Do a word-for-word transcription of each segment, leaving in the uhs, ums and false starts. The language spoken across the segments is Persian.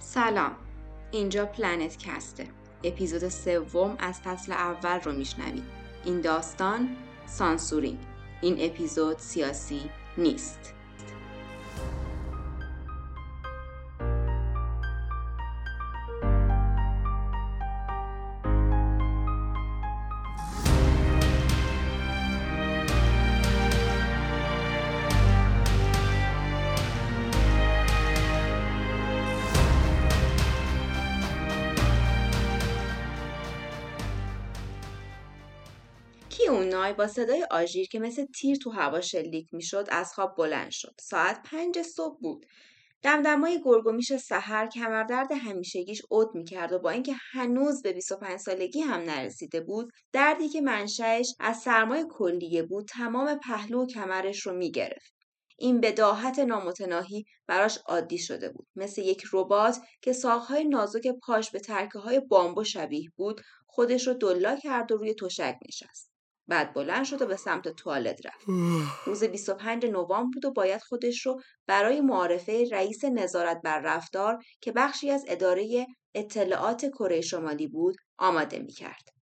سلام، اینجا پلنت کسته. اپیزود سوم از فصل اول رو میشنوید. این داستان سانسورینگ. این اپیزود سیاسی نیست. کیونای با صدای آژیر که مثل تیر تو هوا شلیک میشد از خواب بلند شد. ساعت پنج صبح بود. دمدمای گرگومیش سحر کمردرد همیشگیش عود میکرد و با اینکه هنوز به بیست و پنج سالگی هم نرسیده بود، دردی که منشأش از سرمای کلیه بود تمام پهلو و کمرش رو میگرفت. این بداهت نامتناهی براش عادی شده بود. مثل یک ربات که ساقهای نازک پاش به ترکه‌های بامبو شبیه بود، خودش رو دلا کرد و روی تشک نشست. بعد بلند شد و به سمت توالت رفت. روز بیست و پنجم نوامبر بود و باید خودش رو برای معارفه رئیس نظارت بر رفتار که بخشی از اداره اطلاعات کره شمالی بود آماده می‌کرد.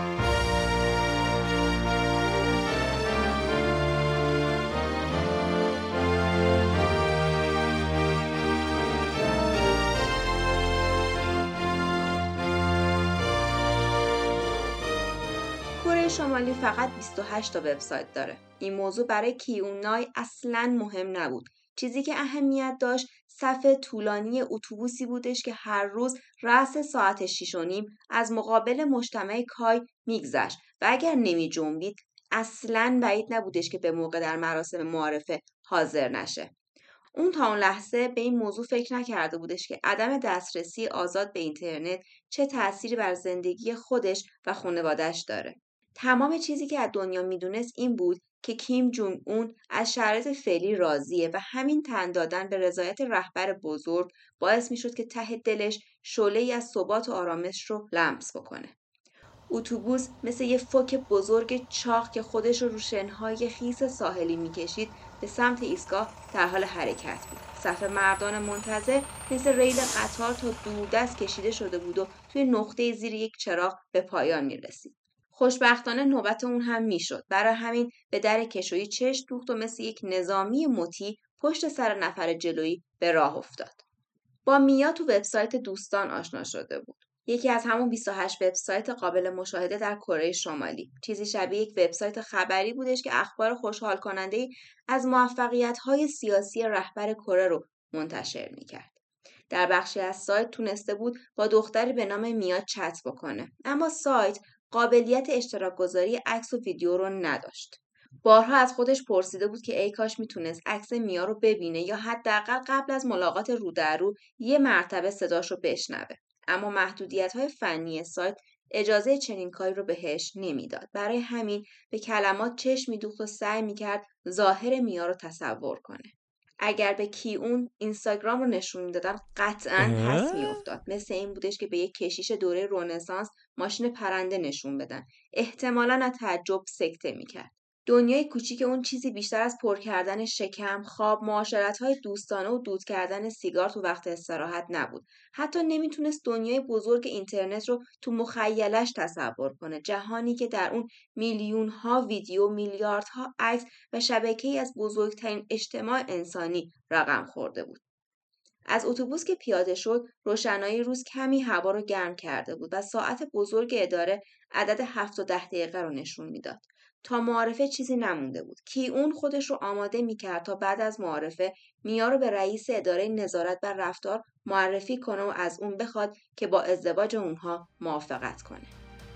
کره شمالی فقط بیست و هشت تا وبسایت داره. این موضوع برای کیونای اصلاً مهم نبود. چیزی که اهمیت داشت صف طولانی اتوبوسی بودش که هر روز رأس ساعت شش و نیم از مقابل مجتمع کای میگذشت و اگر نمی جنبید اصلاً بعید نبودش که به موقع در مراسم معارفه حاضر نشه. اون تا اون لحظه به این موضوع فکر نکرده بودش که عدم دسترسی آزاد به اینترنت چه تأثیری بر زندگی خودش و خانواده‌اش داره. تمام چیزی که از دنیا میدونست این بود که کیم جونگ اون از شرایط فعلی راضیه و همین تن دادن به رضایت رهبر بزرگ باعث میشد که ته دلش شعله‌ای از ثبات و آرامش رو لمس بکنه. اتوبوس مثل یه فوک بزرگ چاق که خودش رو رو شنهای خیس ساحلی میکشید به سمت ایستگاه در حال حرکت بود. صف مردان منتظر مثل ریل قطار تا دوردست کشیده شده بود و توی نقطه زیر یک چراغ به پایان میرسید. خوشبختانه نوبت اون هم میشد. برای همین به در کشویی چشم دوخت و مثل یک نظامی مطیع پشت سر نفر جلویی به راه افتاد. با میا تو وبسایت دوستان آشنا شده بود. یکی از همون بیست و هشت وبسایت قابل مشاهده در کره شمالی. چیزی شبیه یک وبسایت خبری بودش که اخبار خوشحال کننده از موفقیت‌های سیاسی رهبر کره رو منتشر می‌کرد. در بخشی از سایت تونسته بود با دختری به نام میا چت بکنه، اما سایت قابلیت اشتراک گذاری عکس و ویدیو رو نداشت. بارها از خودش پرسیده بود که ای کاش میتونست عکس میا رو ببینه یا حداقل قبل از ملاقات رو در رو یه مرتبه صداش رو بشنوه، اما محدودیت‌های فنی سایت اجازه چنین کاری رو بهش نمیداد. برای همین به کلمات چشم میدوخت و سعی میکرد ظاهر میا رو تصور کنه. اگر به کیون اینستاگرام رو نشون میدادن قطعاً پس میافتاد. مثل این بودش که به یک کشیش دوره رنسانس ماشین پرنده نشون بدن. احتمالاً از تعجب سکته میکرد. دنیای کوچیک اون چیزی بیشتر از پر کردن شکم، خواب، معاشرت‌های دوستانه و دود کردن سیگار تو وقت استراحت نبود. حتی نمیتونست دنیای بزرگ اینترنت رو تو مخیلش تصور کنه. جهانی که در اون میلیون‌ها ویدیو، میلیاردها عکس و شبکه‌ای از بزرگترین اجتماع انسانی رقم خورده بود. از اتوبوس که پیاده شد، روشنایی روز کمی هوا رو گرم کرده بود و ساعت بزرگ اداره عدد هفت و ده دقیقه رو نشون میداد. تا معارفه چیزی نمونده بود. کیون خودش رو آماده میکرد تا بعد از معارفه میا رو به رئیس اداره نظارت بر رفتار معرفی کنه و از اون بخواد که با ازدواج اونها موافقت کنه.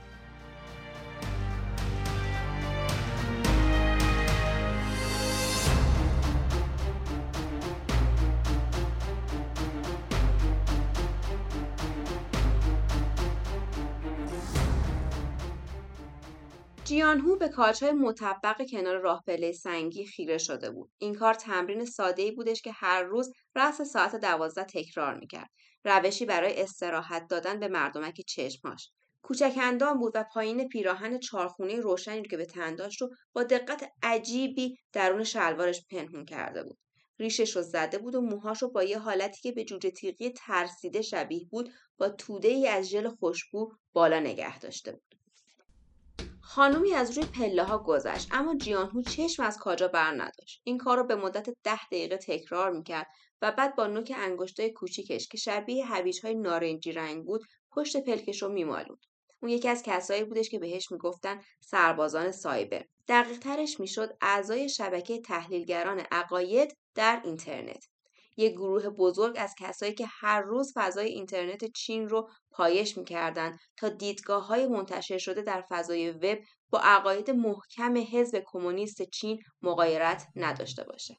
جیانهو به کاج‌های مطبق کنار راه پله سنگی خیره شده بود. این کار تمرین ساده‌ای بودش که هر روز رأس ساعت دوازده تکرار می‌کرد. روشی برای استراحت دادن به مردمک چشماش. کوچک اندام بود و پایین پیراهن چارخونی روشنی که به تن داشت رو با دقت عجیبی درون شلوارش پنهون کرده بود. ریشش رو زده بود و موهاش رو با یه حالتی که به جوجه تیغی ترسیده شبیه بود با توده ای از ژل خوشبو بالا نگه داشته بود. خانومی از روی پله ها گذشت، اما جیانهو چشم از کاجا بر نداشت. این کار رو به مدت ده دقیقه تکرار میکرد و بعد با نوک انگشتای کوچیکش که شبیه هویج‌های نارنجی رنگ بود پشت پلکش رو میمالوند. اون یکی از کسایی بودش که بهش میگفتن سربازان سایبر. دقیق ترش میشد اعضای شبکه تحلیلگران عقاید در اینترنت. یک گروه بزرگ از کسایی که هر روز فضای اینترنت چین رو پایش می‌کردند تا دیدگاه‌های منتشر شده در فضای وب با عقاید محکم حزب کمونیست چین مغایرت نداشته باشه.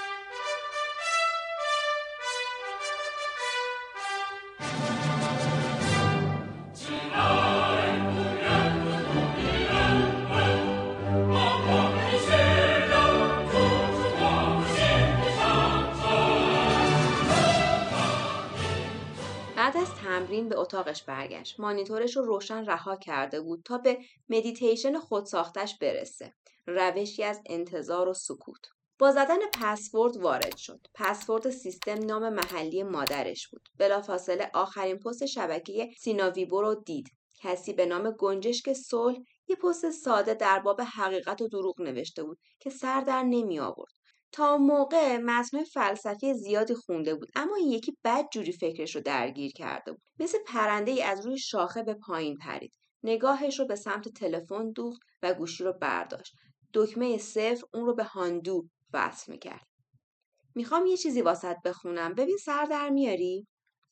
بعد از تمرین به اتاقش برگشت. مانیتورش رو روشن رها کرده بود تا به مدیتیشن خودساختش برسه. روشی از انتظار و سکوت. با زدن پسورد وارد شد. پسورد سیستم نام محلی مادرش بود. بلافاصله آخرین پست شبکه سیناویبو رو دید. کسی به نام گنجشک صلح یه پست ساده در باب حقیقت و دروغ نوشته بود که سر در نمی آورد. تا اون موقع متن‌های فلسفی زیادی خونده بود، اما این یکی بد جوری فکرش رو درگیر کرده بود. مثل پرنده‌ای از روی شاخه به پایین پرید. نگاهش رو به سمت تلفن دوخت و گوشی رو برداشت. دکمه صفر اون رو به هاندو وصل میکرد. میخوام یه چیزی واسط بخونم. ببین سر در میاری؟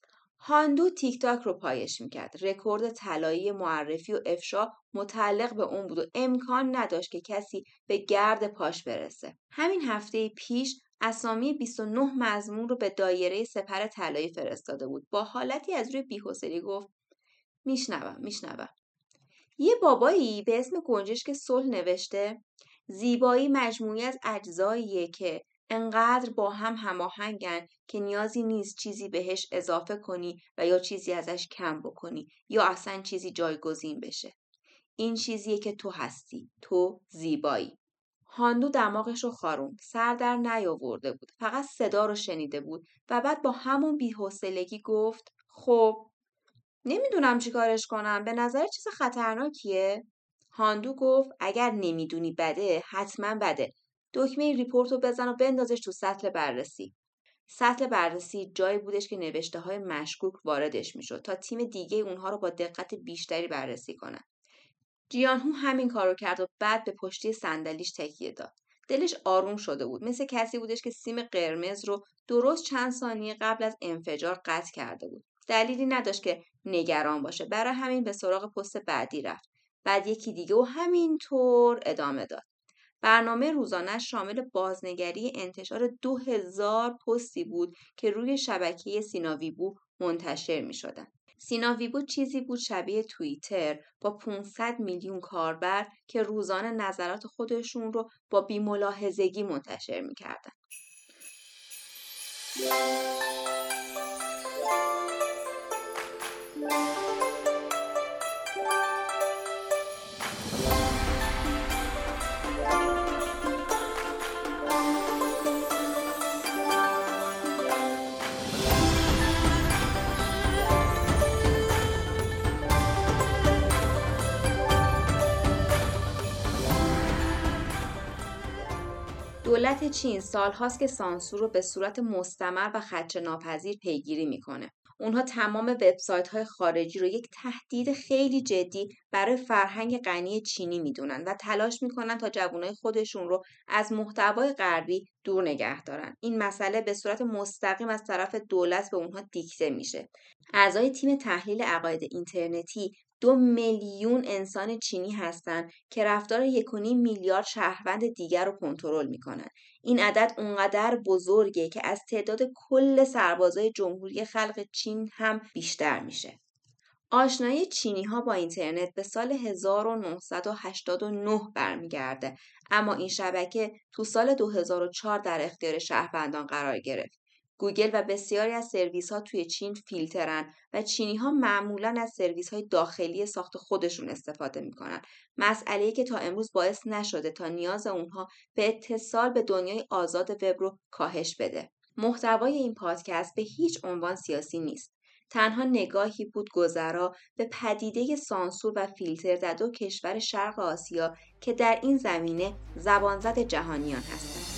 هاندو تیک تاک رو پایش میکرد. رکورد طلایی معرفی و افشا متعلق به اون بود و امکان نداشت که کسی به گرد پاش برسه. همین هفته پیش اسامی بیست و نه مضمون رو به دایره سپر طلایی فرستاده بود. با حالتی از روی بی‌حوصلگی گفت میشنوم میشنوم. یه بابایی به اسم گنجشک صلح نوشته زیبایی مجموعی از اجزاییه که انقدر با هم هماهنگن که نیازی نیست چیزی بهش اضافه کنی و یا چیزی ازش کم بکنی یا اصلا چیزی جایگزین بشه. این چیزیه که تو هستی. تو زیبایی. هاندو دماغش رو خاروند. سر در نیاورده بود. فقط صدا رو شنیده بود و بعد با همون بی‌حوصلگی گفت خب نمیدونم چی کارش کنم. به نظر چیز خطرناکیه؟ هاندو گفت اگر نمیدونی بده حتما بده. دکمه ریپورت رو بزن و بندازش تو سطل بررسی. سطل بررسی جایی بودش که نوشته های مشکوک واردش میشد تا تیم دیگه اونها رو با دقت بیشتری بررسی کنن. جیانهو همین کارو کرد و بعد به پشتی صندلیش تکیه داد. دلش آروم شده بود. مثل کسی بودش که سیم قرمز رو درست چند ثانیه قبل از انفجار قطع کرده بود. دلیلی نداشت که نگران باشه. برای همین به سراغ پست بعدی رفت. بعد یکی دیگه و همینطور ادامه داد. برنامه روزانه شامل بازنگری انتشار دو هزار پستی بود که روی شبکه سیناویبو منتشر می شدن. سیناویبو چیزی بود شبیه توییتر با پانصد میلیون کاربر که روزانه نظرات خودشون رو با بی‌ملاحظگی منتشر می کردن. دولت چین سالهاست که سانسور رو به صورت مستمر و خدشه‌ناپذیر پیگیری میکنه. اونها تمام وبسایت‌های خارجی رو یک تهدید خیلی جدی برای فرهنگ غنی چینی میدونن و تلاش میکنن تا جوانای خودشون رو از محتوای غربی دور نگه دارن. این مسئله به صورت مستقیم از طرف دولت به اونها دیکته میشه. اعضای تیم تحلیل عقاید اینترنتی دو میلیون انسان چینی هستند که رفتار یک و نیم میلیارد شهروند دیگر رو کنترل میکنن. این عدد اونقدر بزرگه که از تعداد کل سربازای جمهوری خلق چین هم بیشتر میشه. آشنایی چینی ها با اینترنت به سال هزار و نهصد و هشتاد و نه برمیگرده، اما این شبکه تو سال دو هزار و چهار در اختیار شهروندان قرار گرفت. گوگل و بسیاری از سرویس‌ها توی چین فیلترن و چینی‌ها معمولاً از سرویس‌های داخلی ساخت خودشون استفاده می‌کنن. مسئله‌ای که تا امروز باعث نشده تا نیاز اونها به اتصال به دنیای آزاد وب رو کاهش بده. محتوای این پادکست به هیچ عنوان سیاسی نیست. تنها نگاهی بود گذرا به پدیده سانسور و فیلتر در دو کشور شرق آسیا که در این زمینه زبانزد جهانیان هستند.